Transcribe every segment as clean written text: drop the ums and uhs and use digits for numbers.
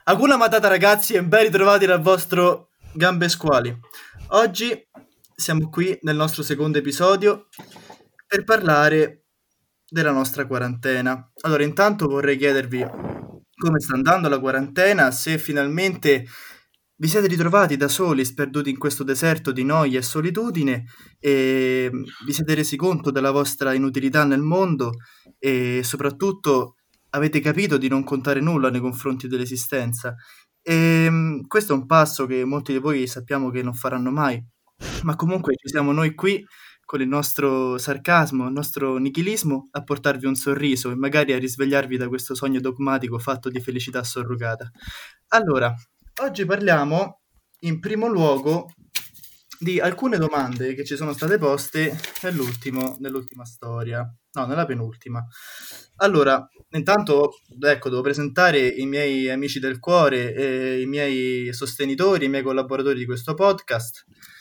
Hakuna Matata ragazzi e ben ritrovati dal vostro Gambe Squali. Oggi siamo qui nel nostro secondo episodio per parlare della nostra quarantena. Allora, intanto vorrei chiedervi come sta andando la quarantena, se finalmente vi siete ritrovati da soli, sperduti in questo deserto di noia e solitudine e vi siete resi conto della vostra inutilità nel mondo e soprattutto avete capito di non contare nulla nei confronti dell'esistenza. Questo è un passo che molti di voi sappiamo che non faranno mai, ma comunque ci siamo noi qui con il nostro sarcasmo, il nostro nichilismo, a portarvi un sorriso e magari a risvegliarvi da questo sogno dogmatico fatto di felicità surrogata. Allora, oggi parliamo in primo luogo di alcune domande che ci sono state poste nell'ultima storia, no, nella penultima. Allora, intanto, ecco, devo presentare i miei amici del cuore, i miei sostenitori, i miei collaboratori di questo podcast,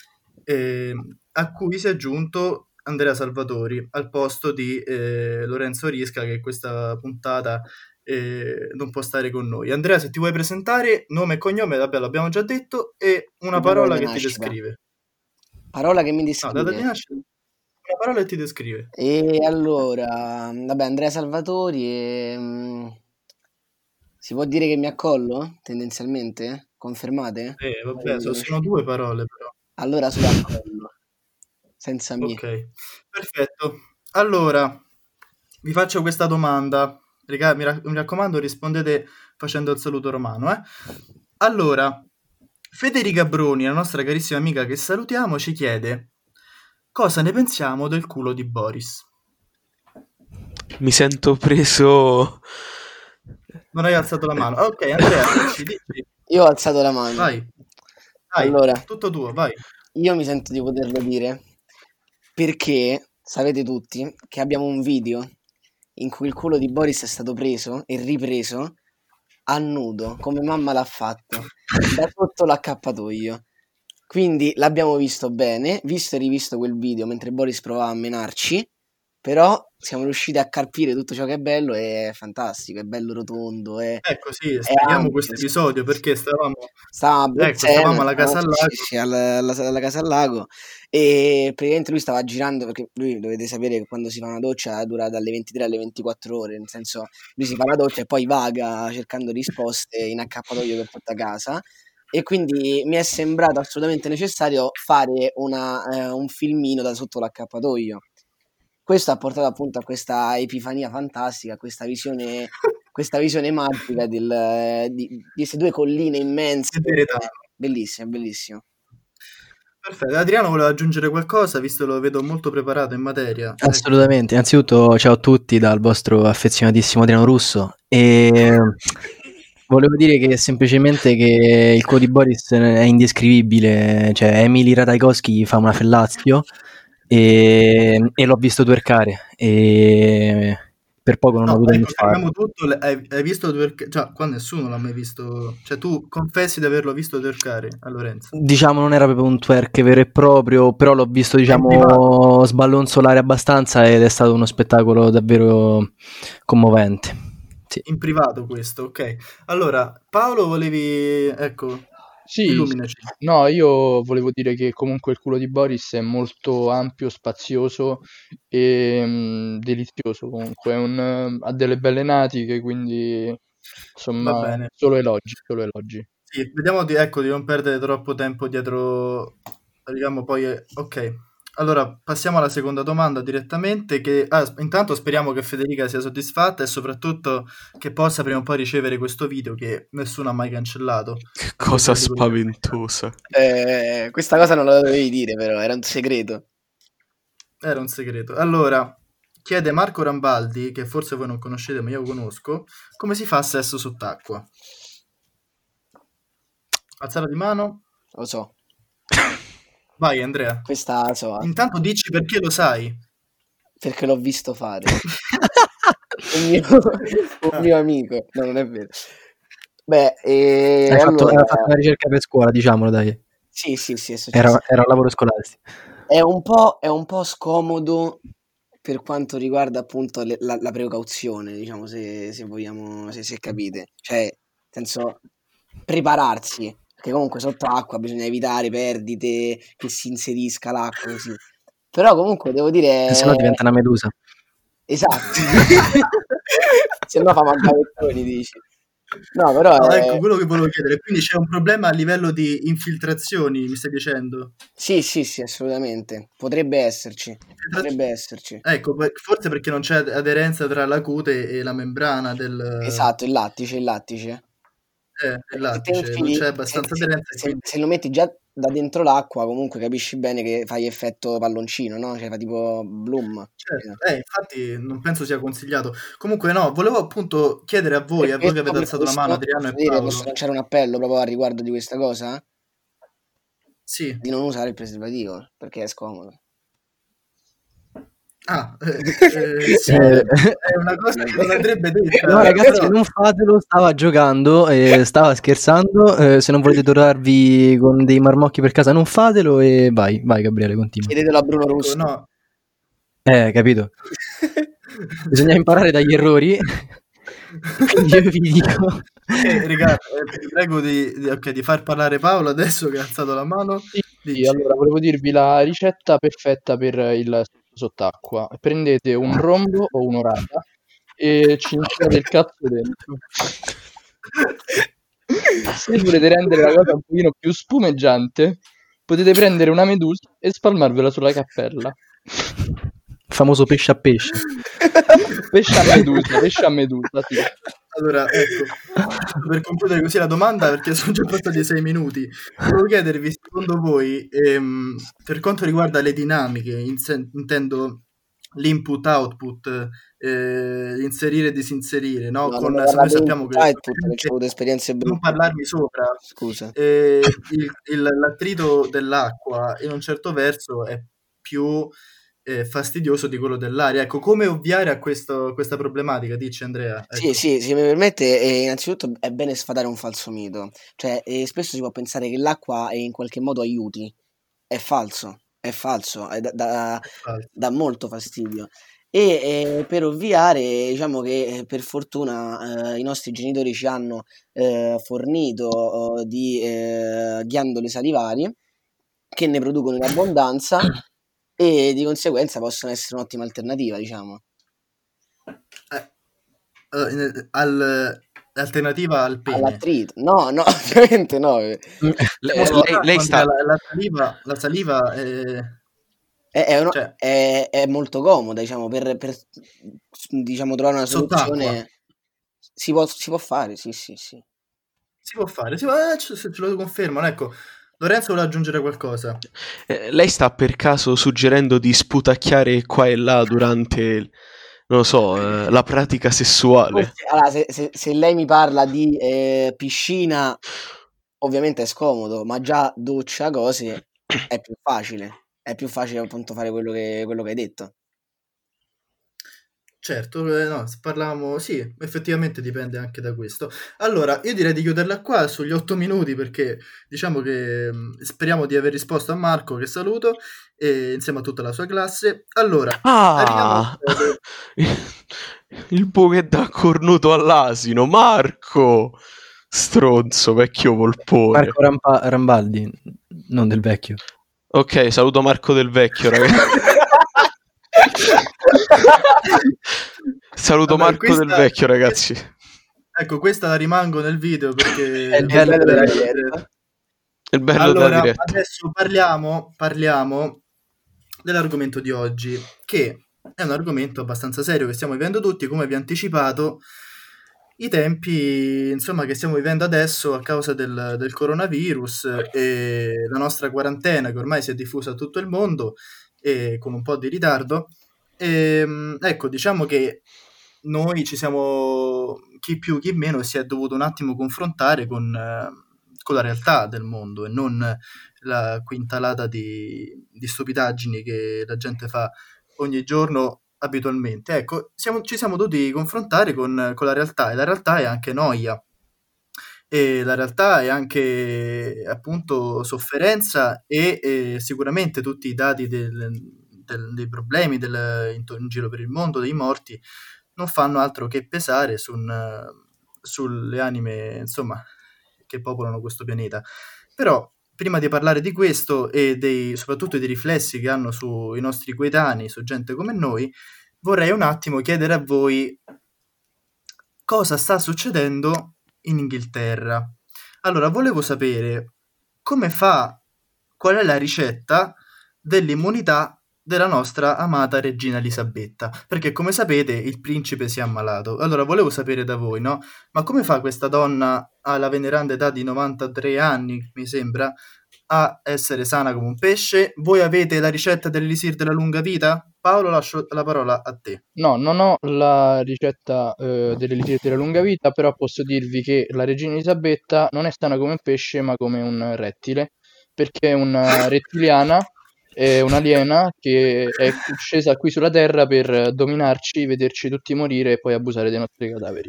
a cui si è aggiunto Andrea Salvatori al posto di Lorenzo Risca, che questa puntata non può stare con noi. Andrea, se ti vuoi presentare, nome e cognome, vabbè, l'abbiamo già detto, e una Data parola di che ti nascita. descrive. Parola che mi No, data di descrive. nascita, una parola che ti descrive. E allora, vabbè, Andrea Salvatori si può dire che mi accollo, tendenzialmente? Confermate? Vabbè, sono due parole però. Allora sulla accollo, senza me. Ok, perfetto. Allora, vi faccio questa domanda. Mi raccomando, rispondete facendo il saluto romano, eh? Allora, Federica Bruni, la nostra carissima amica che salutiamo, ci chiede cosa ne pensiamo del culo di Boris. Mi sento preso. Non hai alzato la mano. Ok, Andrea, dici. Io ho alzato la mano. Vai, Allora, tutto tuo, vai. io mi sento di poterlo dire perché sapete tutti che abbiamo un video in cui il culo di Boris è stato preso e ripreso a nudo, come mamma l'ha fatto, da sotto l'accappatoio. Quindi l'abbiamo visto bene, visto e rivisto quel video mentre Boris provava a menarci, però siamo riusciti a carpire tutto ciò che è bello e è fantastico, è bello rotondo, Ecco, sì, è speriamo ampio. questo episodio perché stavamo Stavamo alla casa al lago. sì, alla casa al lago e praticamente lui stava girando, perché lui dovete sapere che quando si fa una doccia dura dalle 23 alle 24 ore, nel senso lui si fa la doccia e poi vaga cercando risposte in accappatoio per tutta casa. E quindi mi è sembrato assolutamente necessario fare un filmino da sotto l'accappatoio. Questo ha portato appunto a questa epifania fantastica, a questa visione magica di queste due colline immense. Che verità. Bellissimo, bellissimo. Perfetto, Adriano voleva aggiungere qualcosa, visto che lo vedo molto preparato in materia. Ecco. Assolutamente, innanzitutto ciao a tutti dal vostro affezionatissimo Adriano Russo e volevo dire che semplicemente che il culo di Boris è indescrivibile, cioè Emily Ratajkowski fa una fellazio e l'ho visto twerkare e per poco non ho No, avuto un ecco, infarto. fermiamo tutto. Hai visto twerkare? Cioè, qua nessuno l'ha mai visto. Cioè, tu confessi di averlo visto twerkare a Lorenzo. Diciamo non era proprio un twerk vero e proprio, però l'ho visto diciamo sballonzolare abbastanza ed è stato uno spettacolo davvero commovente. Sì. In privato questo, ok. Allora, Paolo, volevi... Ecco, Sì, illuminaci. no, io volevo dire che comunque il culo di Boris è molto ampio, spazioso e delizioso comunque, ha delle belle natiche, quindi Va insomma bene. solo elogi, solo elogi. Sì, vediamo ecco, di non perdere troppo tempo dietro... Arriviamo poi... Ok. Allora, passiamo alla seconda domanda direttamente. Intanto speriamo che Federica sia soddisfatta e soprattutto che possa prima o poi ricevere questo video che nessuno ha mai cancellato. Che cosa spaventosa. Questa cosa non la dovevi dire, però era un segreto. Era un segreto. Allora, chiede Marco Rambaldi, che forse voi non conoscete ma io conosco, come si fa sesso sott'acqua? Alzata di mano. Lo so. Vai Andrea. Questa so. Intanto dici perché lo sai. Perché l'ho visto fare. un mio amico. No, non è vero. Beh, Hai fatto una ricerca per scuola, diciamolo, dai. Sì, è successo. Era un lavoro scolastico. È un po' scomodo per quanto riguarda appunto la precauzione, diciamo, se vogliamo, se capite. Cioè, nel senso, prepararsi, perché comunque sotto acqua bisogna evitare perdite, che si inserisca l'acqua così. Però comunque devo dire... Se no diventa una medusa. Esatto. Se no fa magavettoni, dici. No, però No, ecco, quello che volevo chiedere, quindi c'è un problema a livello di infiltrazioni, mi stai dicendo? Sì, assolutamente. Potrebbe esserci. Ecco, forse perché non c'è aderenza tra la cute e la membrana del... Esatto, il lattice. il lattice, non c'è abbastanza aderenza. Se lo metti già da dentro l'acqua, comunque capisci bene che fai effetto palloncino, no? Cioè fa tipo bloom. Certo, infatti non penso sia consigliato. Comunque no, volevo appunto chiedere a voi che avete alzato la mano, Adriano e Paolo. Posso lanciare un appello proprio a riguardo di questa cosa? Sì. Di non usare il preservativo, perché è scomodo. Sì, è una cosa che non andrebbe detta. No ragazzi, non fatelo, stava giocando, stava scherzando, se non volete dorarvi con dei marmocchi per casa non fatelo e vai Gabriele, continua. Chiedetelo a Bruno Russo. No. Capito. Bisogna imparare dagli errori. Quindi io vi dico... ragazzi, vi prego di far parlare Paolo adesso che ha alzato la mano. Sì, allora volevo dirvi la ricetta perfetta per il sott'acqua. Prendete un rombo o un'orata e ci infilate il cazzo dentro. Se volete rendere la cosa un pochino più spumeggiante, potete prendere una medusa e spalmarvela sulla cappella. Famoso pesce a pesce. Pesce a medusa, sì. Allora, ecco, per concludere così la domanda, perché sono già passati 6 minuti, volevo chiedervi, secondo voi, per quanto riguarda le dinamiche, intendo l'input-output, inserire e disinserire, no? Noi sappiamo che esperienze non parlarmi sopra, scusa. L'attrito dell'acqua in un certo verso è più fastidioso di quello dell'aria. Ecco, come ovviare a questa problematica, dice Andrea? Ecco. Sì, se mi permette, innanzitutto è bene sfatare un falso mito. Cioè, spesso si può pensare che l'acqua in qualche modo aiuti. È falso, dà molto fastidio. E per ovviare, diciamo che per fortuna i nostri genitori ci hanno fornito di ghiandole salivari che ne producono in abbondanza e di conseguenza possono essere un'ottima alternativa, diciamo. Alternativa al pene. All'attrito. No, ovviamente no. Lei sta... La saliva è molto comoda, diciamo, per diciamo trovare una soluzione. Si può fare, sì. Si può fare, ce lo confermano, ecco. Lorenzo vuole aggiungere qualcosa. Lei sta per caso suggerendo di sputacchiare qua e là durante, non lo so, la pratica sessuale? Allora, se lei mi parla di piscina, ovviamente è scomodo, ma già doccia, cose, è più facile. È più facile appunto fare quello che hai detto. Certo, no, se parlavamo, sì, effettivamente dipende anche da questo. Allora, io direi di chiuderla qua sugli 8 minuti perché diciamo che speriamo di aver risposto a Marco, che saluto, e insieme a tutta la sua classe. Allora, il buco che dà cornuto all'asino, Marco! Stronzo, vecchio volpone. Marco Rambaldi, non del vecchio. Ok, saluto Marco del vecchio, ragazzi. Saluto Marco del vecchio, ragazzi. Ecco, questa la rimango nel video perché è il bello della diretta. Il bello della diretta. Adesso parliamo dell'argomento di oggi, che è un argomento abbastanza serio che stiamo vivendo tutti, come vi ho anticipato. I tempi, insomma, che stiamo vivendo adesso a causa del coronavirus e la nostra quarantena che ormai si è diffusa a tutto il mondo e con un po' di ritardo. Ecco, diciamo che noi ci siamo, chi più chi meno, si è dovuto un attimo confrontare con la realtà del mondo e non la quintalata di stupidaggini che la gente fa ogni giorno abitualmente. Ecco, ci siamo dovuti confrontare con la realtà, e la realtà è anche noia, e la realtà è anche appunto sofferenza e sicuramente tutti i dati dei problemi in giro per il mondo, dei morti, non fanno altro che pesare sulle anime, insomma, che popolano questo pianeta. Però, prima di parlare di questo e soprattutto dei riflessi che hanno sui nostri coetanei, su gente come noi, vorrei un attimo chiedere a voi cosa sta succedendo in Inghilterra. Allora, volevo sapere qual è la ricetta dell'immunità della nostra amata regina Elisabetta, perché come sapete il principe si è ammalato. Allora volevo sapere da voi, no? Ma come fa questa donna alla veneranda età di 93 anni, mi sembra, a essere sana come un pesce? Voi avete la ricetta dell'elisir della lunga vita? Paolo, lascio la parola a te. No, non ho la ricetta dell'elisir della lunga vita, però posso dirvi che la regina Elisabetta non è sana come un pesce, ma come un rettile, perché è una rettiliana, è un'aliena che è scesa qui sulla Terra per dominarci, vederci tutti morire e poi abusare dei nostri cadaveri.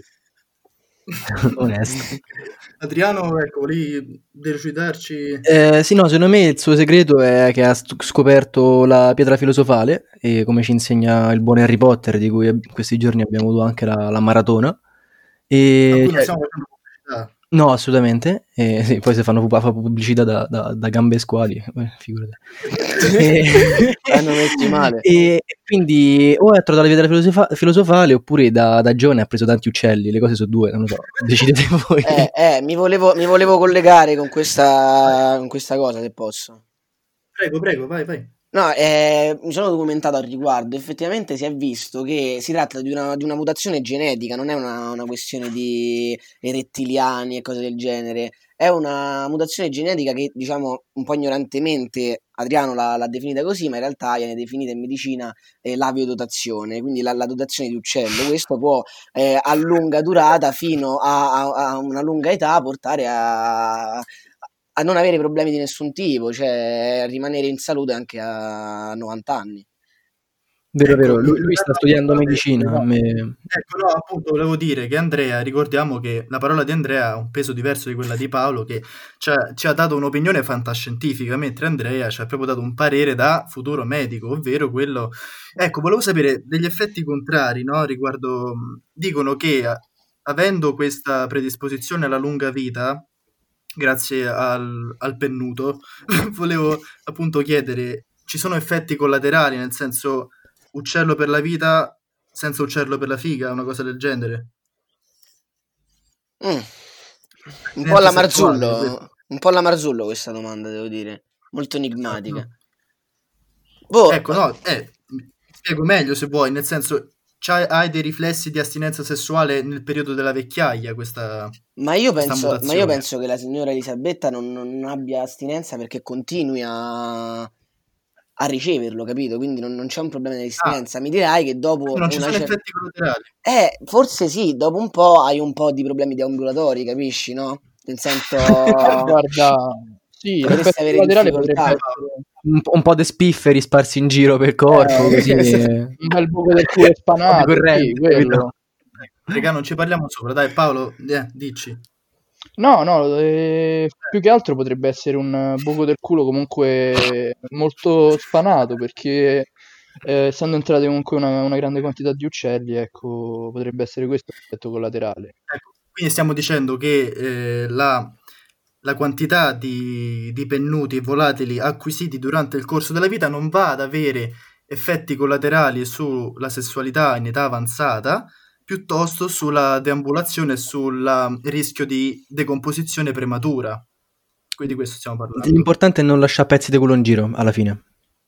Onesto. Adriano, ecco, volevi delucidarci? Sì, no, secondo me il suo segreto è che ha scoperto la pietra filosofale, e come ci insegna il buon Harry Potter, di cui questi giorni abbiamo avuto anche la maratona. A E, cui non cioè, stiamo facendo pubblicità. no, assolutamente. Sì, poi se fanno pubblicità da gambe squali, figurati. Hanno messi male. E quindi o ha trovato la pietra filosofale oppure da giovane ha preso tanti uccelli. Le cose sono due, non lo so, decidete voi. Mi volevo collegare con questa cosa, se posso. Prego, vai. No, mi sono documentato al riguardo. Effettivamente si è visto che si tratta di una mutazione genetica, non è una questione di rettiliani e cose del genere. È una mutazione genetica che, diciamo, un po' ignorantemente Adriano l'ha definita così, ma in realtà viene definita in medicina l'aviodotazione, quindi la dotazione di uccello. Questo può a lunga durata, fino a una lunga età, portare a non avere problemi di nessun tipo, cioè rimanere in salute anche a 90 anni. Vero, lui sta studiando medicina. Ecco, no, appunto volevo dire che Andrea, ricordiamo che la parola di Andrea ha un peso diverso di quella di Paolo, che ci ha dato un'opinione fantascientifica, mentre Andrea ci ha proprio dato un parere da futuro medico, ovvero quello... Ecco, volevo sapere degli effetti contrari, no? Riguardo, dicono che avendo questa predisposizione alla lunga vita, grazie al pennuto, volevo appunto chiedere, ci sono effetti collaterali, nel senso uccello per la vita senza uccello per la figa, una cosa del genere? Un po' alla Marzullo, questa domanda, devo dire, molto enigmatica. Ecco, no, spiego meglio se vuoi, nel senso, hai dei riflessi di astinenza sessuale nel periodo della vecchiaia, ma io penso che la signora Elisabetta non abbia astinenza, perché continui a riceverlo, capito? Quindi non c'è un problema di astinenza. Mi dirai che dopo non ci sono effetti collaterali. Forse sì, dopo un po' hai un po' di problemi deambulatori, capisci, no? Nel senso, guarda, sì, potresti avere difficoltà. Un po' di spifferi sparsi in giro per il corpo, così. Un bel buco del culo spanato, sì, quello. Raga, non ci parliamo sopra, dai Paolo, dici. No, più che altro potrebbe essere un buco del culo comunque molto spanato, perché essendo entrate comunque una grande quantità di uccelli, ecco, potrebbe essere questo l'effetto collaterale. Ecco, quindi stiamo dicendo che la quantità di pennuti e volatili acquisiti durante il corso della vita non va ad avere effetti collaterali sulla sessualità in età avanzata, piuttosto sulla deambulazione e sul rischio di decomposizione prematura. Quindi questo stiamo parlando. L'importante è non lasciare pezzi di culo in giro alla fine.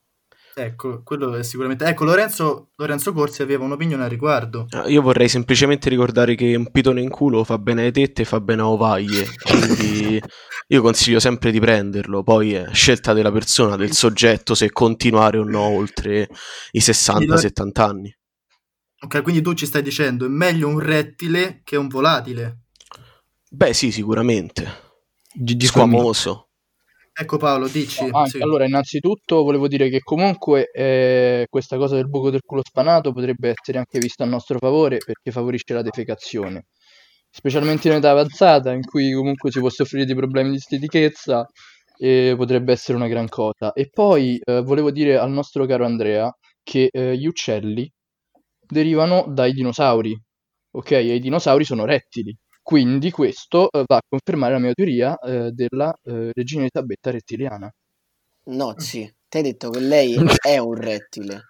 Ecco, quello è sicuramente... Ecco, Lorenzo Corsi aveva un'opinione a riguardo. Io vorrei semplicemente ricordare che un pitone in culo fa bene alle tette e fa bene a ovaglie, quindi io consiglio sempre di prenderlo, poi è scelta della persona, del soggetto, se continuare o no oltre i 60-70 anni. Ok, quindi tu ci stai dicendo è meglio un rettile che un volatile? Beh sì, sicuramente. Squamoso. Ecco Paolo, dici. Sì. Allora, innanzitutto volevo dire che comunque questa cosa del buco del culo spanato potrebbe essere anche vista a nostro favore, perché favorisce la defecazione, specialmente in età avanzata, in cui comunque si può soffrire di problemi di stitichezza, e potrebbe essere una gran cosa. E poi volevo dire al nostro caro Andrea che gli uccelli derivano dai dinosauri, ok? E i dinosauri sono rettili. Quindi questo va a confermare la mia teoria della regina Elisabetta rettiliana. Nozzi, ti hai detto che lei è un rettile.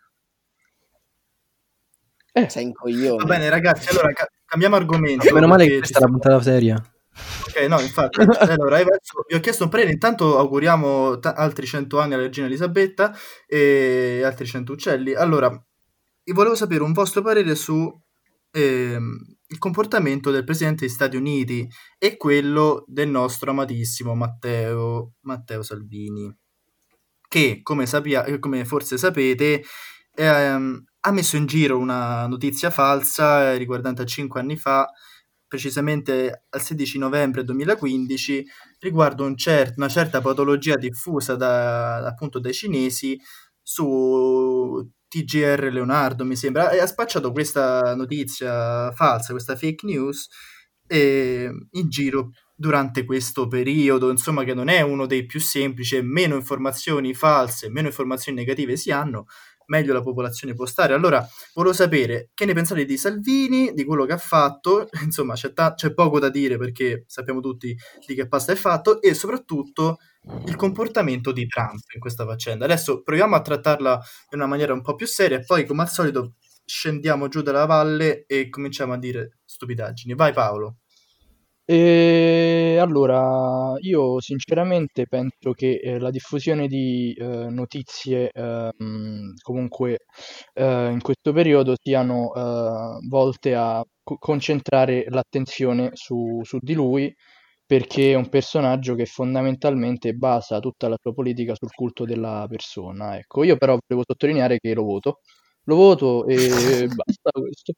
Sei un Va coglione. bene, ragazzi, allora cambiamo argomento. Meno male che perché ci questa è la stiamo- puntata seria. Ok, no, infatti. Allora, vi ho chiesto un parere. Intanto auguriamo altri 100 anni alla regina Elisabetta e altri 100 uccelli. Allora, io volevo sapere un vostro parere su il comportamento del presidente degli Stati Uniti e quello del nostro amatissimo Matteo Salvini, che, come forse sapete, ha messo in giro una notizia falsa riguardante a 5 anni fa, precisamente al 16 novembre 2015, riguardo una certa patologia diffusa appunto dai cinesi su TGR Leonardo, mi sembra, e ha spacciato questa notizia falsa, questa fake news, in giro durante questo periodo, insomma, che non è uno dei più semplici, e meno informazioni false, meno informazioni negative si hanno, meglio la popolazione può stare. Allora, volevo sapere che ne pensate di Salvini, di quello che ha fatto, insomma, c'è poco da dire perché sappiamo tutti di che pasta è fatto, e soprattutto il comportamento di Trump in questa faccenda. Adesso proviamo a trattarla in una maniera un po' più seria e poi, come al solito, scendiamo giù dalla valle e cominciamo a dire stupidaggini. Vai Paolo. E allora, io sinceramente penso che la diffusione di notizie comunque in questo periodo siano volte a concentrare l'attenzione su di lui, perché è un personaggio che fondamentalmente basa tutta la sua politica sul culto della persona. Ecco, io però volevo sottolineare che lo voto e basta questo.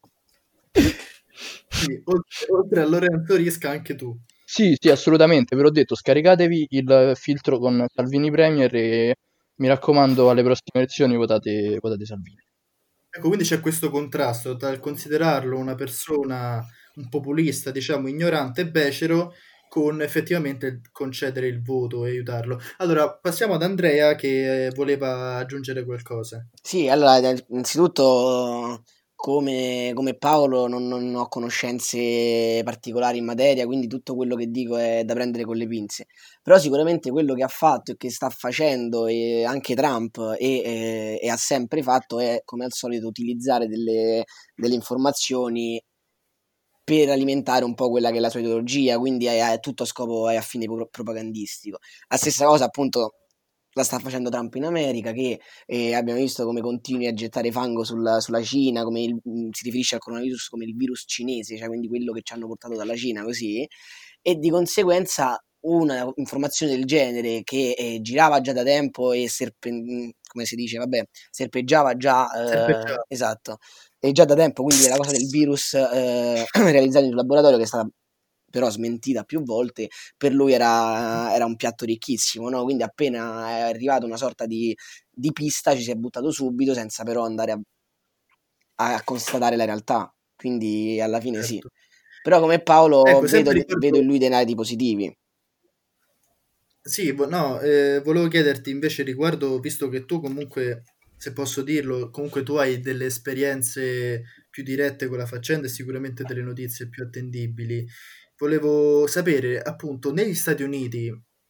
Quindi, oltre a Lorenzo Risca, anche tu. Sì, sì, assolutamente, ve l'ho detto, scaricatevi il filtro con Salvini Premier e mi raccomando alle prossime elezioni votate Salvini. Ecco, quindi c'è questo contrasto dal considerarlo una persona, un populista, diciamo, ignorante e becero, con effettivamente concedere il voto e aiutarlo. Allora, passiamo ad Andrea che voleva aggiungere qualcosa. Sì, allora, innanzitutto, come Paolo, non ho conoscenze particolari in materia, quindi tutto quello che dico è da prendere con le pinze. Però sicuramente quello che ha fatto e che sta facendo anche Trump e ha sempre fatto è, come al solito, utilizzare delle informazioni per alimentare un po' quella che è la sua ideologia, quindi è tutto a scopo e a fine propagandistico. La stessa cosa, appunto, la sta facendo Trump in America, che abbiamo visto come continui a gettare fango sulla Cina, come si riferisce al coronavirus come il virus cinese, cioè quindi quello che ci hanno portato dalla Cina, così, e di conseguenza una informazione del genere che girava già da tempo e come si dice, vabbè, serpeggiava già, Serpeggiava. esatto, e già da tempo, quindi la cosa del virus realizzato in laboratorio, che è stata però smentita più volte, per lui era un piatto ricchissimo, no? Quindi appena è arrivata una sorta di pista ci si è buttato subito senza però andare a constatare la realtà, quindi alla fine sì. Certo. Però come Paolo Ecco, vedo sempre riguardo... in lui dei lati positivi. Sì, no, volevo chiederti invece riguardo, visto che tu comunque, se posso dirlo, comunque tu hai delle esperienze più dirette con la faccenda e sicuramente delle notizie più attendibili. Volevo sapere, appunto, negli Stati Uniti,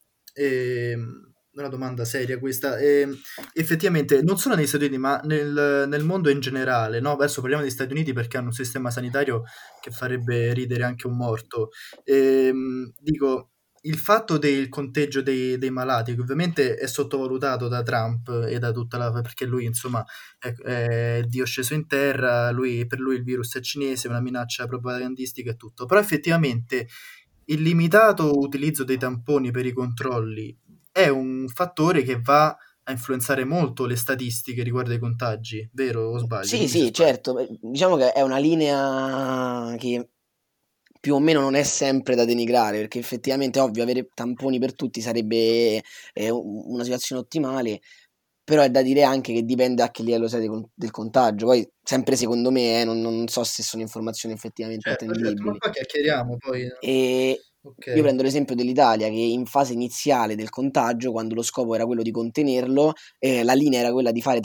una domanda seria questa, effettivamente non solo negli Stati Uniti, ma nel mondo in generale, no? Adesso parliamo degli Stati Uniti perché hanno un sistema sanitario che farebbe ridere anche un morto. Dico, il fatto del conteggio dei malati, che ovviamente è sottovalutato da Trump e da tutta perché lui, insomma, è Dio sceso in terra, per lui il virus è cinese, è una minaccia propagandistica e tutto. Però effettivamente il limitato utilizzo dei tamponi per i controlli è un fattore che va a influenzare molto le statistiche riguardo ai contagi, vero o sbaglio? Sì, Dimmi se sì, sbaglio. certo, diciamo che è una linea che più o meno non è sempre da denigrare, perché effettivamente, ovvio, avere tamponi per tutti sarebbe una situazione ottimale, però è da dire anche che dipende a che livello sei del contagio. Poi, sempre secondo me, non so se sono informazioni effettivamente Certo, ma attendibili. qua chiacchieriamo poi. E Ok. io prendo l'esempio dell'Italia, che in fase iniziale del contagio, quando lo scopo era quello di contenerlo, la linea era quella di fare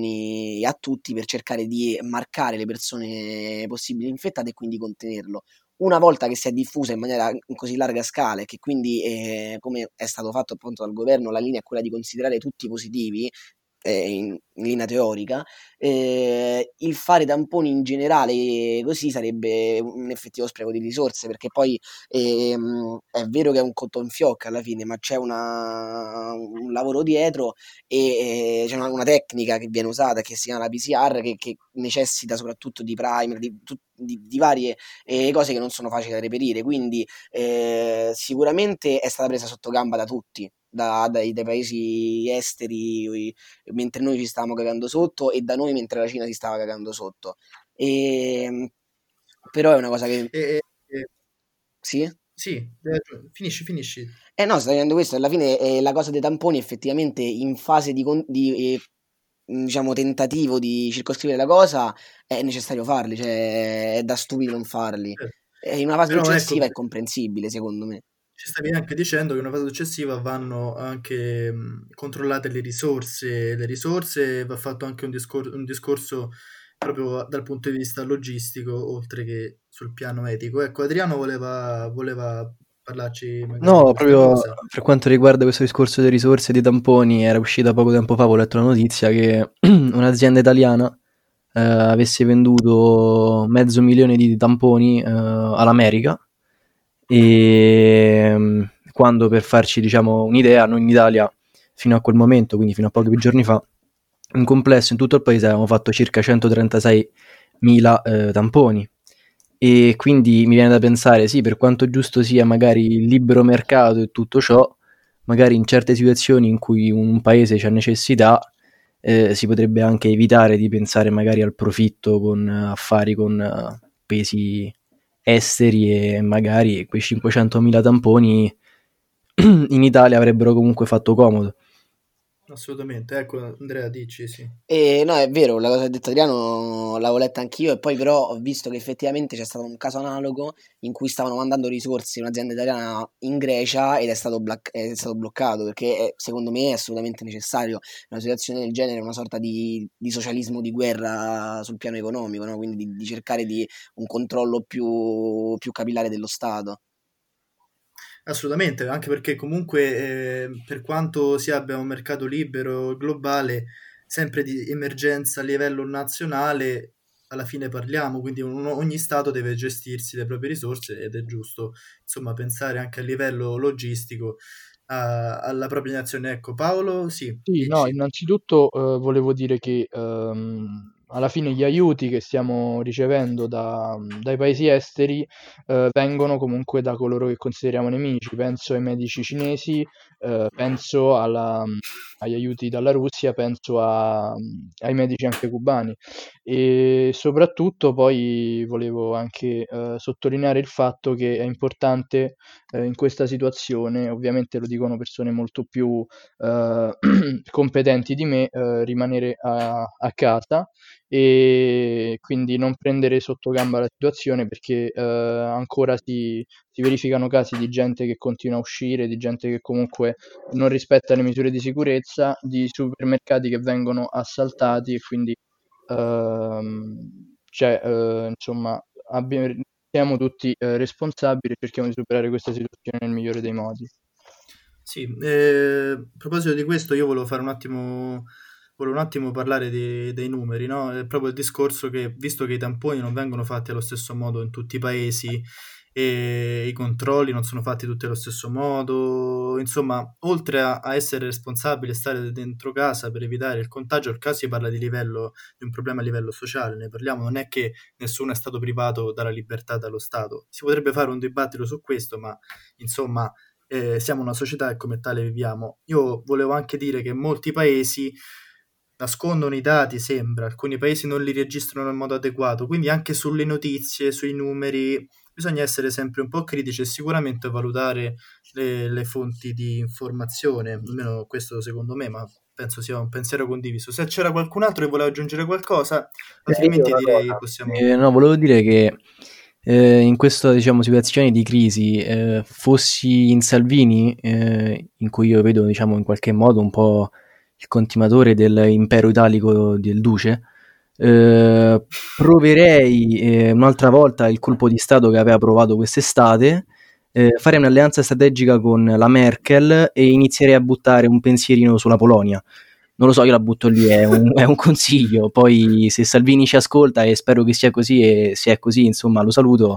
tamponi a tutti per cercare di marcare le persone possibili infettate e quindi contenerlo. una volta che si è diffusa in maniera in così larga scala e che quindi, come è stato fatto appunto dal governo, la linea è quella di considerare tutti positivi, in linea teorica, il fare tamponi in generale così sarebbe un effettivo spreco di risorse, perché poi è vero che è un cotton fioc alla fine, ma c'è un lavoro dietro e c'è una tecnica che viene usata che si chiama la PCR, che necessita soprattutto di primer, di varie cose che non sono facili da reperire, quindi sicuramente è stata presa sotto gamba da tutti, dai paesi esteri, mentre noi ci stavamo cagando sotto, e da noi mentre la Cina si stava cagando sotto. Però è una cosa che... Sì? Sì, finisci. No, sta dicendo questo, alla fine la cosa dei tamponi effettivamente in fase di diciamo tentativo di circoscrivere la cosa è necessario farli, cioè è da stupidi non farli. In una fase successiva è comprensibile, secondo me. Ci stavi anche dicendo che in una fase successiva vanno anche controllate le risorse, va fatto anche un discorso proprio dal punto di vista logistico, oltre che sul piano etico. Ecco, Adriano voleva parlarci magari No, di questa proprio cosa. per quanto riguarda questo discorso delle risorse e dei tamponi, era uscita poco tempo fa, ho letto la notizia che un'azienda italiana avesse venduto 500.000 di tamponi all'America, e quando, per farci diciamo un'idea, noi in Italia fino a quel momento, quindi fino a pochi giorni fa, in complesso in tutto il paese avevamo fatto circa 136.000 tamponi. E quindi mi viene da pensare, sì, per quanto giusto sia magari il libero mercato e tutto ciò, magari in certe situazioni in cui un paese c'ha necessità, si potrebbe anche evitare di pensare magari al profitto con affari con paesi esteri, e magari quei 500.000 tamponi in Italia avrebbero comunque fatto comodo. Assolutamente, ecco Andrea, dici sì. No, è vero, la cosa che ha detto Adriano l'avevo letta anch'io, e poi però ho visto che effettivamente c'è stato un caso analogo in cui stavano mandando risorse in un'azienda italiana in Grecia ed è stato bloccato, perché secondo me è assolutamente necessario. Una situazione del genere è una sorta di socialismo di guerra sul piano economico, no? Quindi di cercare di un controllo più capillare dello Stato. Assolutamente, anche perché comunque per quanto si abbia un mercato libero globale, sempre di emergenza a livello nazionale, alla fine parliamo, quindi ogni Stato deve gestirsi le proprie risorse ed è giusto, insomma, pensare anche a livello logistico alla propria nazione. Ecco, Paolo, sì, Sì, no, innanzitutto volevo dire che alla fine gli aiuti che stiamo ricevendo dai paesi esteri vengono comunque da coloro che consideriamo nemici. Penso ai medici cinesi, penso agli aiuti dalla Russia, penso ai medici anche cubani. E soprattutto poi volevo anche sottolineare il fatto che è importante in questa situazione, ovviamente lo dicono persone molto più competenti di me, rimanere a casa e quindi non prendere sotto gamba la situazione, perché ancora si verificano casi di gente che continua a uscire, di gente che comunque non rispetta le misure di sicurezza, di supermercati che vengono assaltati, e quindi insomma siamo tutti responsabili e cerchiamo di superare questa situazione nel migliore dei modi. Sì, a proposito di questo io volevo un attimo parlare dei numeri, no? È proprio il discorso che, visto che i tamponi non vengono fatti allo stesso modo in tutti i paesi e i controlli non sono fatti tutti allo stesso modo, insomma, oltre a essere responsabili e stare dentro casa per evitare il contagio, al caso si parla di un problema a livello sociale, ne parliamo, non è che nessuno è stato privato dalla libertà dallo Stato. Si potrebbe fare un dibattito su questo, ma insomma siamo una società e come tale viviamo. Io volevo anche dire che molti paesi nascondono i dati, sembra, alcuni paesi non li registrano in modo adeguato, quindi anche sulle notizie, sui numeri, bisogna essere sempre un po' critici e sicuramente valutare le fonti di informazione, almeno questo secondo me, ma penso sia un pensiero condiviso. Se c'era qualcun altro che voleva aggiungere qualcosa, altrimenti direi possiamo... No, volevo dire che in questa diciamo situazione di crisi, fossi in Salvini, in cui io vedo diciamo in qualche modo un po' il continuatore dell'impero italico del Duce, proverei un'altra volta il colpo di stato che aveva provato quest'estate, farei un'alleanza strategica con la Merkel e inizierei a buttare un pensierino sulla Polonia. Non lo so, io la butto lì, è un consiglio. Poi se Salvini ci ascolta, e spero che sia così, e se è così, insomma, lo saluto.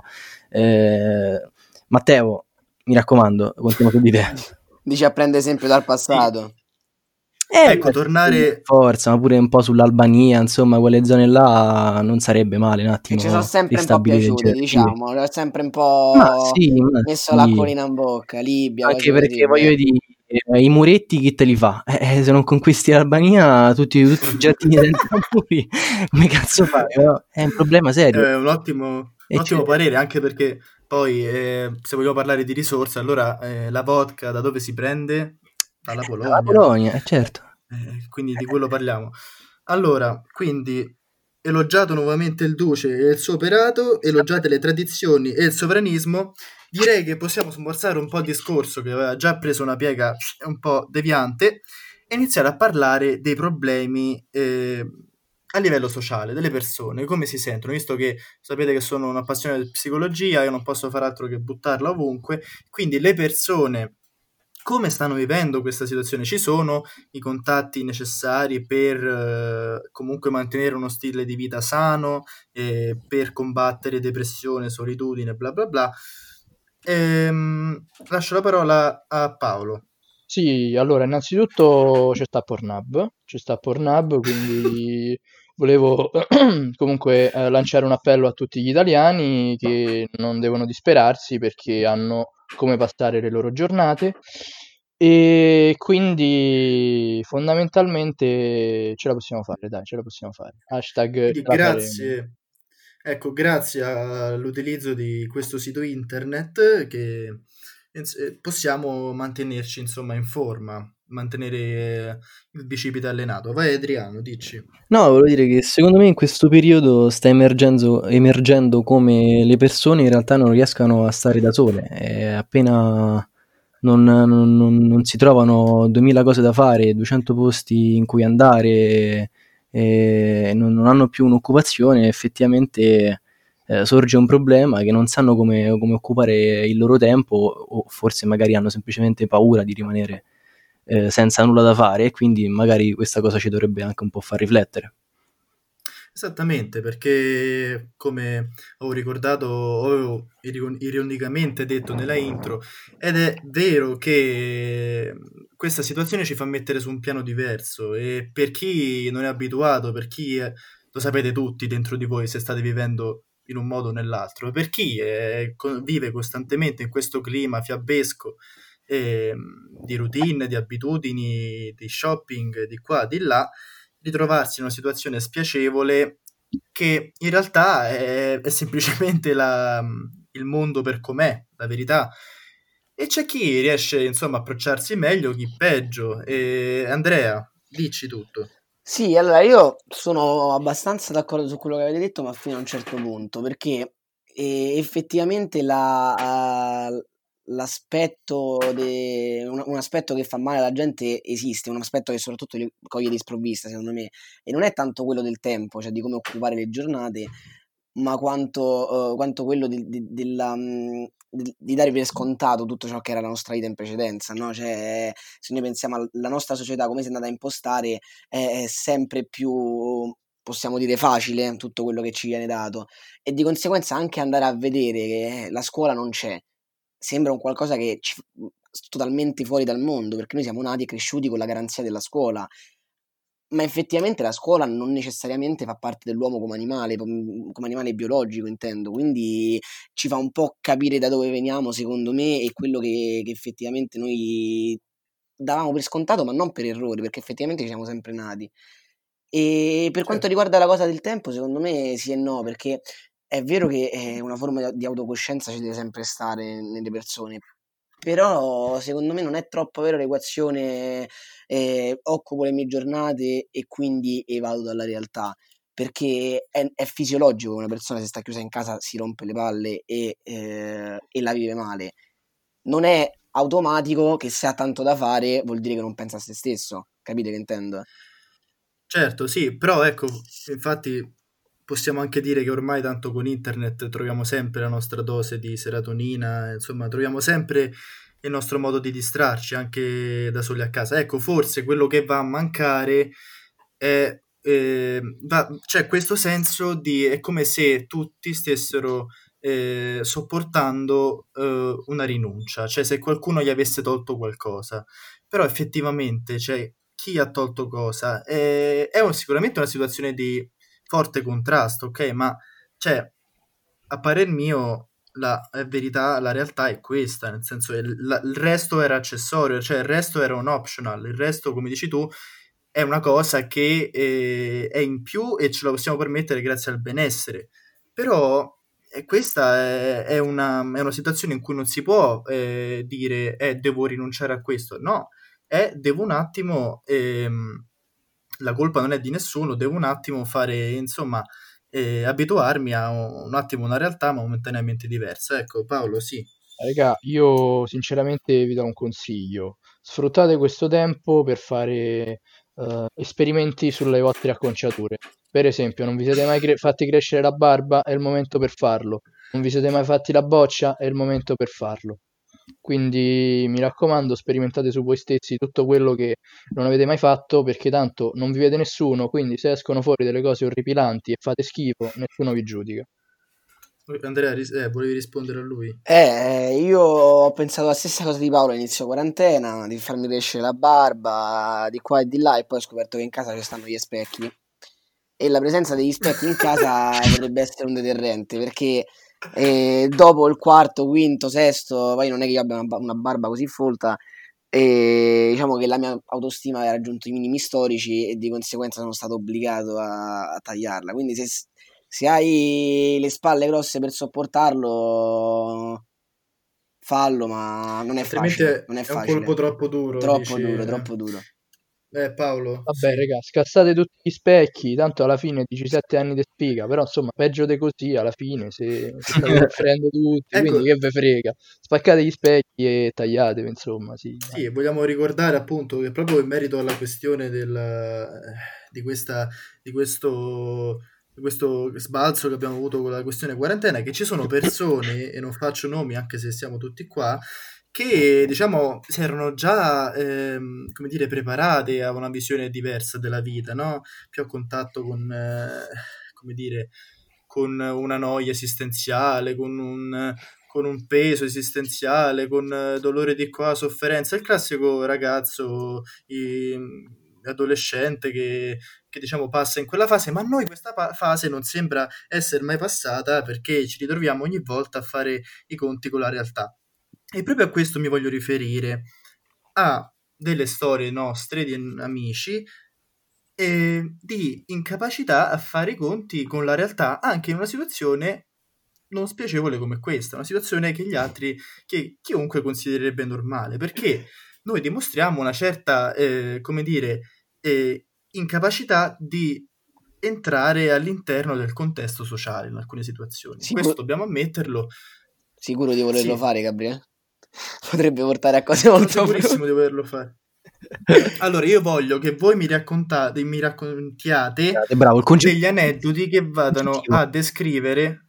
Matteo, mi raccomando, contiamo su di te. Dici a prendere esempio dal passato. Ecco, Beh, tornare... forza, ma pure un po' sull'Albania, insomma, quelle zone là non sarebbe male un Che attimo ci sono sempre un po' ristabilire i piaciute, gerarchie. diciamo, ho sempre un Ma po' messo sì, l'acquolina in bocca, Libia, anche cose così, perché voglio dire, i muretti chi te li fa? Se non conquisti l'Albania, tutti i giardini senza muri, come cazzo fai? No? È un problema serio. È un ottimo E cioè, parere, anche perché poi se vogliamo parlare di risorse, allora la vodka da dove si prende? Dalla la Polonia. Polonia, certo. Quindi di quello parliamo. Allora, quindi elogiato nuovamente il duce e il suo operato, elogiate le tradizioni e il sovranismo, direi che possiamo smorzare un po' il discorso che aveva già preso una piega un po' deviante e iniziare a parlare dei problemi a livello sociale, delle persone, come si sentono, visto che sapete che sono un appassionato di psicologia, io non posso fare altro che buttarla ovunque, quindi le persone come stanno vivendo questa situazione? Ci sono i contatti necessari per comunque mantenere uno stile di vita sano, per combattere depressione, solitudine, bla bla bla. Lascio la parola a Paolo. Sì, allora innanzitutto c'è sta Pornhub, quindi volevo comunque lanciare un appello a tutti gli italiani che non devono disperarsi perché hanno come passare le loro giornate e quindi fondamentalmente ce la possiamo fare, dai, ce la possiamo fare. Hashtag ce Quindi la faremo. grazie all'utilizzo di questo sito internet che possiamo mantenerci insomma in forma, mantenere il bicipite allenato. Vai Adriano, dici. No, volevo dire che secondo me in questo periodo sta emergendo come le persone in realtà non riescano a stare da sole. Appena non si trovano 2000 cose da fare, 200 posti in cui andare, e non hanno più un'occupazione, effettivamente sorge un problema che non sanno come occupare il loro tempo, o forse magari hanno semplicemente paura di rimanere senza nulla da fare, e quindi magari questa cosa ci dovrebbe anche un po' far riflettere. Esattamente, perché come ho ricordato, avevo ironicamente detto nella intro, ed è vero che questa situazione ci fa mettere su un piano diverso e per chi non è abituato, per chi lo sapete tutti dentro di voi se state vivendo in un modo o nell'altro, per chi vive costantemente in questo clima fiabesco di routine, di abitudini, di shopping, di qua, di là, ritrovarsi in una situazione spiacevole che in realtà è semplicemente il mondo per com'è, la verità. E c'è chi riesce, insomma, a approcciarsi meglio, chi peggio. E Andrea, dici tutto. Sì, allora io sono abbastanza d'accordo su quello che avete detto, ma fino a un certo punto, perché effettivamente l'aspetto un aspetto che fa male alla gente esiste, un aspetto che soprattutto li coglie di sprovvista, secondo me, e non è tanto quello del tempo, cioè di come occupare le giornate, ma quanto quello di dare per scontato tutto ciò che era la nostra vita in precedenza, no? Cioè, se noi pensiamo alla nostra società, come si è andata a impostare, è sempre più, possiamo dire, facile tutto quello che ci viene dato, e di conseguenza anche andare a vedere che la scuola non c'è sembra un qualcosa che totalmente fuori dal mondo, perché noi siamo nati e cresciuti con la garanzia della scuola, ma effettivamente la scuola non necessariamente fa parte dell'uomo come animale biologico, intendo, quindi ci fa un po' capire da dove veniamo, secondo me, e quello che effettivamente noi davamo per scontato, ma non per errore, perché effettivamente ci siamo sempre nati. E per quanto riguarda la cosa del tempo, secondo me sì e no, perché è vero che una forma di autocoscienza ci deve sempre stare nelle persone, però secondo me non è troppo vero l'equazione occupo le mie giornate e quindi evado dalla realtà, perché è fisiologico che una persona, se sta chiusa in casa, si rompe le palle e la vive male. Non è automatico che se ha tanto da fare vuol dire che non pensa a se stesso, capite che intendo? Certo, sì, però ecco, infatti possiamo anche dire che ormai tanto con internet troviamo sempre la nostra dose di serotonina, insomma, troviamo sempre il nostro modo di distrarci anche da soli a casa. Ecco, forse quello che va a mancare è, c'è questo senso di, è come se tutti stessero sopportando una rinuncia, cioè se qualcuno gli avesse tolto qualcosa, però effettivamente, cioè, chi ha tolto cosa? Sicuramente una situazione di forte contrasto, ok? Ma, cioè, a parer mio, la verità, la realtà è questa, nel senso che il resto era accessorio, cioè il resto era un optional, il resto, come dici tu, è una cosa che è in più e ce la possiamo permettere grazie al benessere. Però questa è una situazione in cui non si può dire devo rinunciare a questo, no, devo un attimo, la colpa non è di nessuno, devo un attimo fare, insomma, abituarmi a un attimo una realtà momentaneamente diversa. Ecco, Paolo, sì. Raga, io sinceramente vi do un consiglio. Sfruttate questo tempo per fare esperimenti sulle vostre acconciature. Per esempio, non vi siete mai fatti crescere la barba? È il momento per farlo. Non vi siete mai fatti la boccia? È il momento per farlo. Quindi mi raccomando, sperimentate su voi stessi tutto quello che non avete mai fatto, perché tanto non vi vede nessuno, quindi se escono fuori delle cose orripilanti e fate schifo, nessuno vi giudica. Andrea, volevi rispondere a lui? Io ho pensato la stessa cosa di Paolo all'inizio quarantena, di farmi crescere la barba di qua e di là, e poi ho scoperto che in casa ci stanno gli specchi e la presenza degli specchi in casa potrebbe essere un deterrente, perché dopo il quarto, quinto, sesto, poi non è che io abbia una barba così folta, e diciamo che la mia autostima aveva raggiunto i minimi storici e di conseguenza sono stato obbligato a tagliarla. Quindi se hai le spalle grosse per sopportarlo, fallo, ma non è Altrimenti facile. Non è è un facile. colpo troppo duro. Troppo dici, duro, troppo duro. Paolo? Vabbè, Sì. raga, scassate tutti gli specchi, tanto alla fine 17 anni di spiga, però insomma, peggio di così alla fine, se state soffrendo tutti, Ecco, quindi che ve frega. Spaccate gli specchi e tagliatevi, insomma, sì. sì, vogliamo ricordare appunto che proprio in merito alla questione di questo sbalzo che abbiamo avuto con la questione quarantena, che ci sono persone, e non faccio nomi anche se siamo tutti qua, che diciamo si erano già come dire, preparate a una visione diversa della vita, no? Più a contatto con, come dire, con una noia esistenziale, con un peso esistenziale, con dolore di qua, sofferenza, il classico ragazzo adolescente che diciamo passa in quella fase, ma a noi questa fase non sembra essere mai passata perché ci ritroviamo ogni volta a fare i conti con la realtà. E proprio a questo mi voglio riferire, a delle storie nostre di amici di incapacità a fare i conti con la realtà anche in una situazione non spiacevole come questa, una situazione che che chiunque considererebbe normale, perché noi dimostriamo una certa, come dire, incapacità di entrare all'interno del contesto sociale in alcune situazioni. Questo dobbiamo ammetterlo. Sicuro di volerlo Sì. fare, Gabriele? Potrebbe portare a cose Sono molto sicurissimo di volerlo fare. Allora, io voglio che voi mi raccontiate bravo, il concetto degli aneddoti che vadano a descrivere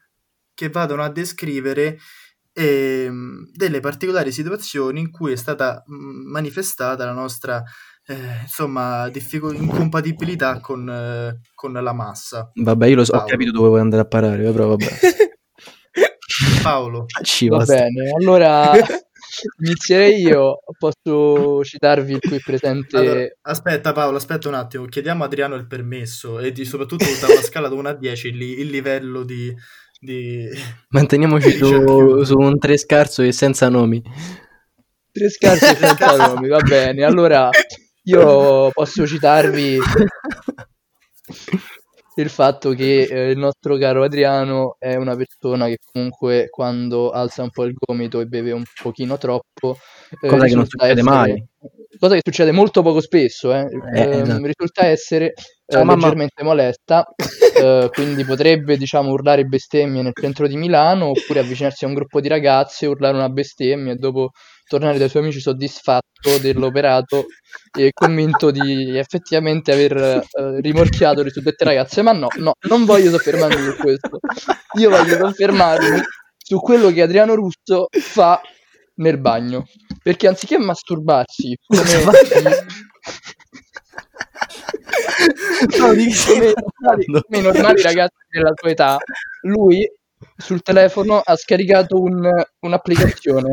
delle particolari situazioni in cui è stata manifestata la nostra insomma incompatibilità con la massa. Vabbè, io ho Paolo. capito dove vuoi andare a parare, però vabbè. Paolo. Va bene, allora inizierei io, posso citarvi il qui presente. Allora, aspetta Paolo, aspetta un attimo, chiediamo a Adriano il permesso e soprattutto da una scala da 1 a 10 il livello di Manteniamoci su un 3 scarso e senza nomi. 3 scarsi e senza nomi, va bene. Allora, io posso citarvi il fatto che il nostro caro Adriano è una persona che comunque quando alza un po' il gomito e beve un pochino troppo, cosa che non succede mai. Cosa che succede molto poco spesso, esatto. risulta essere leggermente molesta, quindi potrebbe, diciamo, urlare bestemmie nel centro di Milano oppure avvicinarsi a un gruppo di ragazze, urlare una bestemmia e dopo tornare dai suoi amici soddisfatto dell'operato e convinto di effettivamente aver rimorchiato le suddette ragazze. Ma no, non voglio soffermarmi su questo. Io voglio soffermarmi su quello che Adriano Russo fa nel bagno. Perché anziché masturbarsi come i normali ragazzi della sua età, lui sul telefono ha scaricato un'applicazione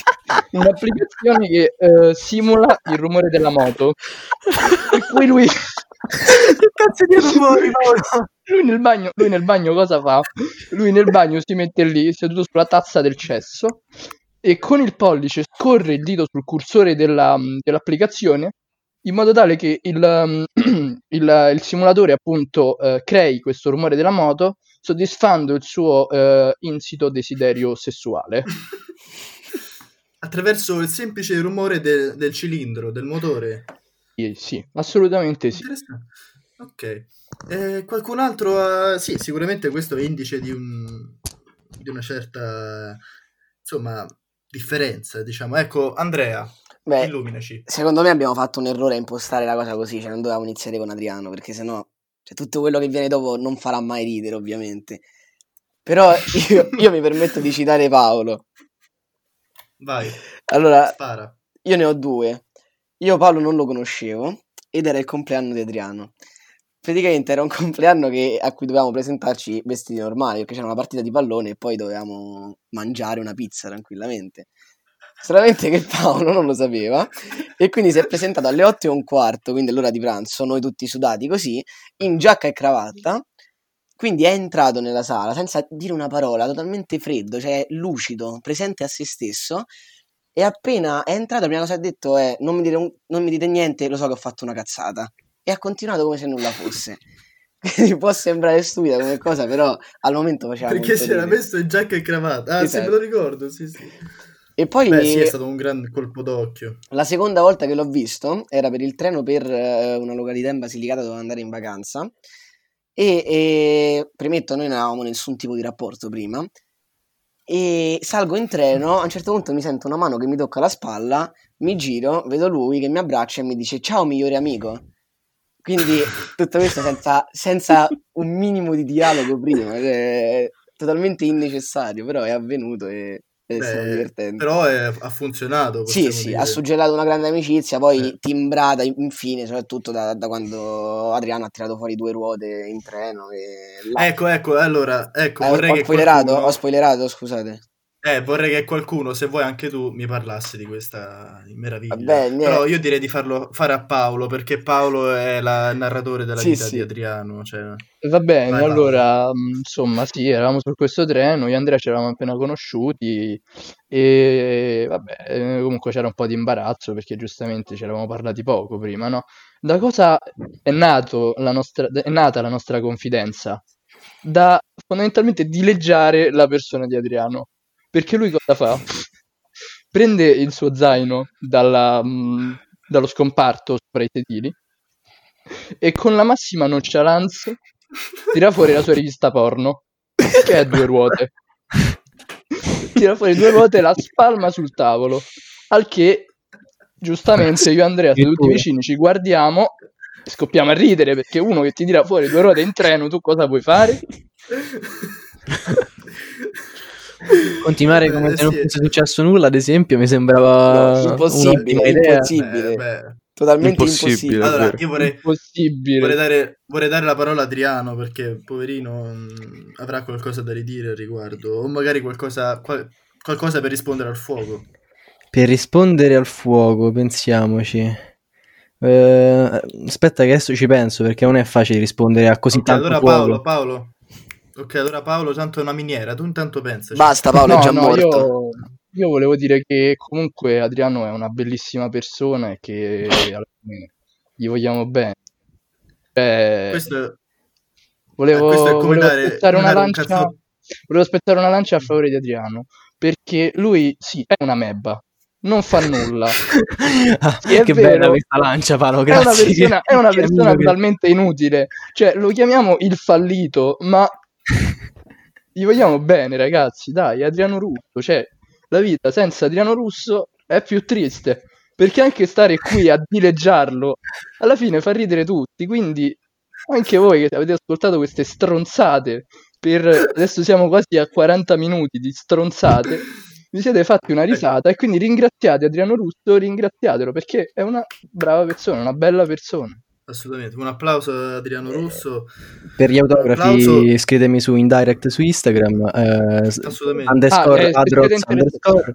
che simula il rumore della moto, per cui lui che cazzo di rumori, Paolo? lui nel bagno cosa fa? Lui nel bagno si mette lì seduto sulla tazza del cesso e con il pollice scorre il dito sul cursore dell'applicazione in modo tale che il simulatore appunto crei questo rumore della moto soddisfando il suo insito desiderio sessuale. Attraverso il semplice rumore del cilindro, del motore. Sì, assolutamente sì. Interessante. Ok. Qualcun altro? Sì, sicuramente questo è indice di una certa, insomma, differenza, diciamo. Ecco, Andrea, illuminaci. Secondo me abbiamo fatto un errore a impostare la cosa così, cioè non dovevamo iniziare con Adriano, perché sennò tutto quello che viene dopo non farà mai ridere, ovviamente. Però io mi permetto di citare Paolo. Vai. Allora, spara. Io ne ho due. Io Paolo non lo conoscevo ed era il compleanno di Adriano. Praticamente era un compleanno a cui dovevamo presentarci vestiti normali, perché c'era una partita di pallone e poi dovevamo mangiare una pizza tranquillamente. Solamente che Paolo non lo sapeva e quindi si è presentato alle 8:15, quindi all'ora di pranzo, noi tutti sudati così, in giacca e cravatta. Quindi è entrato nella sala senza dire una parola, totalmente freddo, cioè lucido, presente a se stesso. E appena è entrato, la prima cosa che ha detto è: non mi dite niente, lo so che ho fatto una cazzata. E ha continuato come se nulla fosse. Quindi può sembrare stupida come cosa, però al momento faceva perché molto si era ridere. messo in giacca e cravatta. Esatto. Sì, me lo ricordo, sì. E poi sì, è stato un gran colpo d'occhio. La seconda volta che l'ho visto era per il treno per una località in Basilicata dove andare in vacanza. E premetto, noi non avevamo nessun tipo di rapporto prima. E salgo in treno, a un certo punto mi sento una mano che mi tocca la spalla, mi giro, vedo lui che mi abbraccia e mi dice: ciao migliore amico. Quindi tutto questo senza un minimo di dialogo prima, cioè, totalmente innecessario, però è avvenuto e è stato divertente. Però ha funzionato. Sì, ha suggellato una grande amicizia, poi timbrata infine, soprattutto da quando Adriano ha tirato fuori 2 ruote in treno. Ecco, allora, vorrei ho spoilerato, scusate. Vorrei che qualcuno, se vuoi anche tu, mi parlasse di questa meraviglia. Vabbè, però io direi di farlo fare a Paolo, perché Paolo è il narratore della vita di Adriano. Cioè... Va bene, vai, allora, insomma, sì, eravamo su questo treno, io e Andrea ci eravamo appena conosciuti e vabbè, comunque c'era un po' di imbarazzo perché giustamente ci eravamo parlati poco prima, no? Da cosa è nata la nostra confidenza? Da fondamentalmente dileggiare la persona di Adriano. Perché lui cosa fa? Prende il suo zaino dallo scomparto sopra i sedili e con la massima nonchalance tira fuori la sua rivista porno, che ha 2 ruote. Tira fuori 2 ruote e la spalma sul tavolo. Al che, giustamente, io e Andrea, tutti vicini, ci guardiamo e scoppiamo a ridere, perché uno che ti tira fuori 2 ruote in treno, tu cosa puoi fare? Continuare come se non fosse successo nulla, ad esempio, mi sembrava impossibile. Totalmente impossibile. Allora, io vorrei dare la parola a Adriano, perché poverino avrà qualcosa da ridire al riguardo, o magari qualcosa per rispondere al fuoco. Per rispondere al fuoco, pensiamoci. Aspetta che adesso ci penso, perché non è facile rispondere a così tanto allora fuoco. Paolo. Ok, allora Paolo, tanto è una miniera, tu intanto pensaci. Basta, Paolo è già morto. Io volevo dire che comunque Adriano è una bellissima persona e che alla fine gli vogliamo bene. Volevo spezzare una lancia a favore di Adriano, perché lui sì, è una mebba, non fa nulla. Sì, che bella questa lancia, Paolo, grazie. È una persona totalmente inutile, cioè lo chiamiamo il fallito, ma gli vogliamo bene, ragazzi, dai, Adriano Russo, cioè la vita senza Adriano Russo è più triste, perché anche stare qui a dileggiarlo alla fine fa ridere tutti, quindi anche voi che avete ascoltato queste stronzate adesso siamo quasi a 40 minuti di stronzate, vi siete fatti una risata e quindi ringraziate Adriano Russo, ringraziatelo perché è una brava persona, una bella persona. Assolutamente, un applauso a Adriano Russo. Per gli autografi applauso. scrivetemi su indirect su Instagram, Assolutamente. underscore se siete adrox interessati- underscore.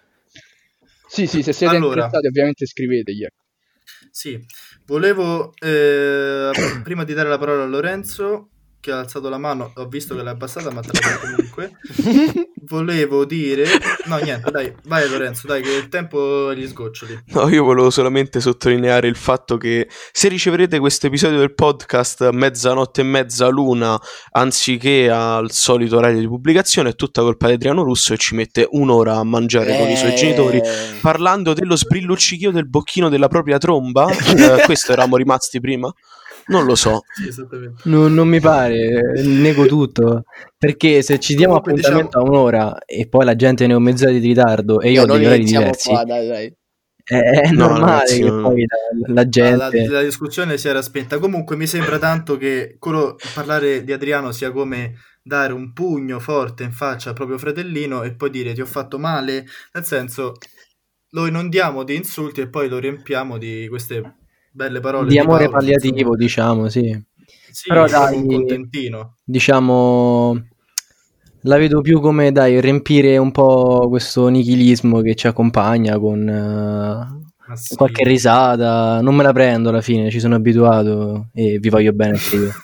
Sì, se siete Allora. interessati ovviamente scrivetegli. Sì, volevo, prima di dare la parola a Lorenzo, che ha alzato la mano, ho visto che l'ha abbassata, ma te la do comunque. Volevo dire... No, niente, dai, vai Lorenzo, dai, che il tempo gli sgoccioli. No, io volevo solamente sottolineare il fatto che se riceverete questo episodio del podcast a mezzanotte e mezza l'una, anziché al solito orario di pubblicazione, è tutta colpa di Adriano Russo, e ci mette un'ora a mangiare con i suoi genitori parlando dello sbrilluccichio del bocchino della propria tromba. Questo eravamo rimasti prima? Non lo so. Sì, esattamente. Non mi pare, nego tutto. Perché se ci diamo Comunque, appuntamento a un'ora e poi la gente ne ha mezz'ora di ritardo e io ho non degli orari iniziamo diversi, qua, dai. è No, normale ragazzi, che no. poi la gente... La discussione si era spenta. Comunque mi sembra tanto che parlare di Adriano sia come dare un pugno forte in faccia al proprio fratellino e poi dire ti ho fatto male, nel senso lo inondiamo di insulti e poi lo riempiamo di queste belle parole di amore Paolo, palliativo, insomma. diciamo, sì. Sì, Però proprio dai, un contentino. diciamo, la vedo più come, dai, riempire un po' questo nichilismo che ci accompagna con Ma sì. qualche risata. Non me la prendo alla fine, ci sono abituato e vi voglio bene anche io.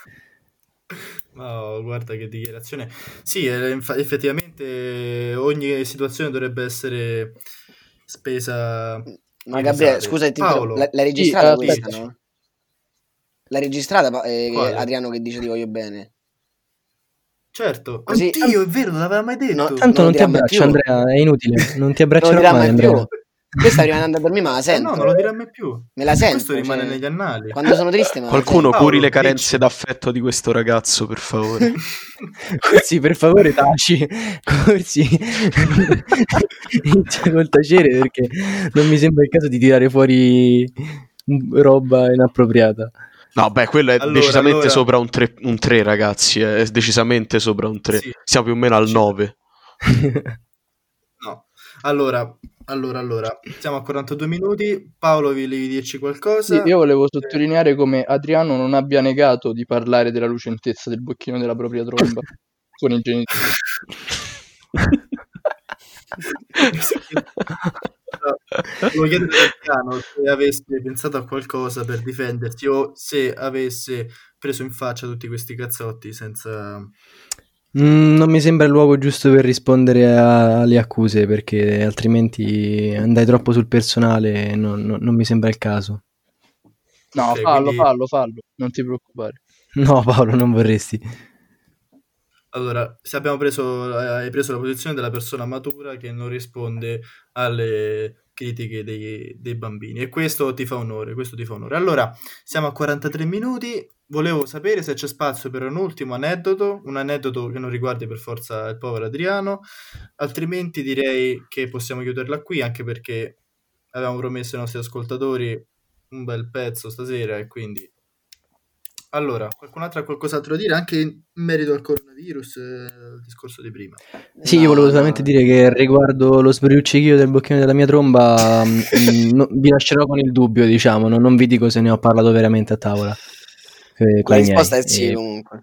Oh, guarda che dichiarazione. Sì, effettivamente ogni situazione dovrebbe essere spesa. Ma in Gabriele, risate. scusa, Paolo, l'hai registrata Sì, questa, aspetta. no? L'hai registrata Quale? Adriano che dice ti voglio bene? Certo. Così- Oddio, è vero, non l'aveva mai detto. No, Tanto non non lo ti dirà mai abbraccio, più. Andrea, è inutile. Non ti Non lo abbraccerò dirà mai, mai Andrea. più. Questa prima di andare a dormire me la sento. No, non lo dirà mai più. Me la sento. Questo rimane cioè, negli annali. Quando sono triste me la Qualcuno sento. curi le Paolo, carenze dici. d'affetto di questo ragazzo, per favore. Corsi, per favore, taci. Corsi, inizia col tacere perché non mi sembra il caso di tirare fuori roba inappropriata. No, beh, quello è decisamente allora- sopra un 3, ragazzi. È decisamente sopra un 3. Sì. Siamo più o meno al Sì. 9. No. Allora, siamo a 42 minuti. Paolo, volevi dirci qualcosa? Sì, io volevo sottolineare come Adriano non abbia negato di parlare della lucentezza del bocchino della propria tromba con i genitori. Volevo chiedere a Adriano se avesse pensato a qualcosa per difendersi o se avesse preso in faccia tutti questi cazzotti senza... Non mi sembra il luogo giusto per rispondere alle accuse, perché altrimenti andai troppo sul personale e non mi sembra il caso. No, Ok, fallo, quindi- fallo, non ti preoccupare. No, Paolo, non vorresti. Allora, se hai preso la posizione della persona matura che non risponde alle critiche dei bambini e questo ti fa onore, Allora, siamo a 43 minuti, volevo sapere se c'è spazio per un ultimo aneddoto, un aneddoto che non riguardi per forza il povero Adriano, altrimenti direi che possiamo chiuderla qui, anche perché avevamo promesso ai nostri ascoltatori un bel pezzo stasera e quindi... Allora, qualcun altro ha qualcos'altro da dire anche in merito al coronavirus, il discorso di prima? Sì, io volevo solamente dire che riguardo lo sbrilluccichio del bocchino della mia tromba vi lascerò con il dubbio, diciamo, non vi dico se ne ho parlato veramente a tavola. La risposta è sì, comunque.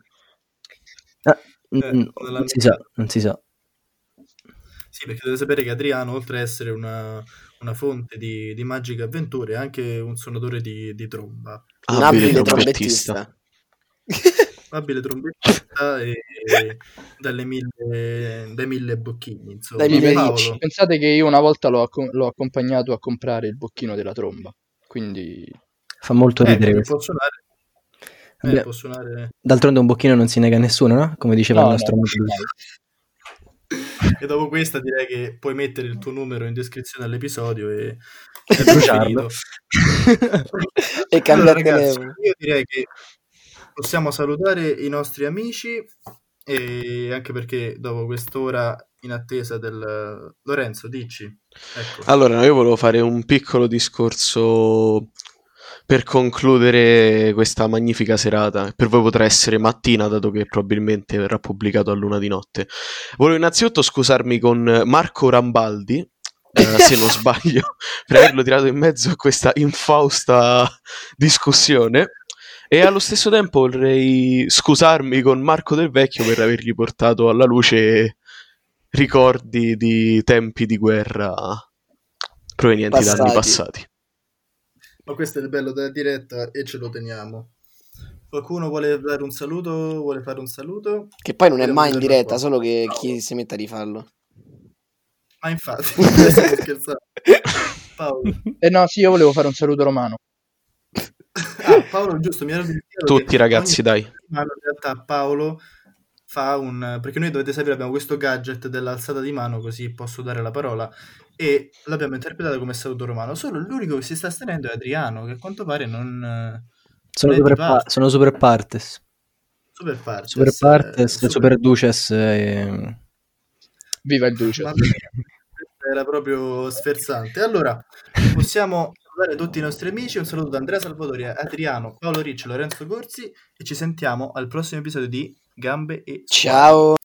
Non si sa. Sì, perché dovete sapere che Adriano, oltre ad essere una fonte di magiche avventure, è anche un suonatore di tromba. Un abile trombettista. Abile trombettista e dai 1000 bocchini, insomma. Dai 1000 Paolo. ricci. Pensate che io una volta l'ho accompagnato a comprare il bocchino della tromba, quindi... Fa molto ridere può questo. può suonare... D'altronde un bocchino non si nega a nessuno, no? Come diceva il nostro amico. E dopo questa direi che puoi mettere il tuo numero in descrizione all'episodio e bruciarlo. E cambiare allora, ragazzi, telefono. io direi che possiamo salutare i nostri amici e anche perché dopo quest'ora in attesa del... Lorenzo, dici? Ecco. Allora, io volevo fare un piccolo discorso per concludere questa magnifica serata. Per voi potrà essere mattina, dato che probabilmente verrà pubblicato a luna di notte. Volevo innanzitutto scusarmi con Marco Rambaldi, se non sbaglio, per averlo tirato in mezzo a questa infausta discussione. E allo stesso tempo vorrei scusarmi con Marco Del Vecchio per avergli portato alla luce ricordi di tempi di guerra provenienti da anni passati. Ma questo è il bello della diretta e ce lo teniamo. Qualcuno vuole dare un saluto? Vuole fare un saluto? Che poi non è Vediamo mai chi in torna diretta, qua. solo che chi si mette a rifarlo. Ma infatti, stiamo scherzando. Paolo. No, sì, io volevo fare un saluto romano. Ah, Paolo, giusto, mi ero dimenticato Tutti che ragazzi, ogni dai. settimana in realtà Paolo fa un... perché noi dovete sapere abbiamo questo gadget dell'alzata di mano, così posso dare la parola, e l'abbiamo interpretato come saluto romano. Solo l'unico che si sta astenendo è Adriano, che a quanto pare non Sono è di super, parte. sono super partes. Super partes. Super partes, super duces. Viva il duce. Mamma mia, questo era proprio sferzante. Allora, possiamo salutare tutti i nostri amici. Un saluto da Andrea Salvatori, Adriano, Paolo Ricci, Lorenzo Corsi e ci sentiamo al prossimo episodio di Gambe e Squali. Ciao.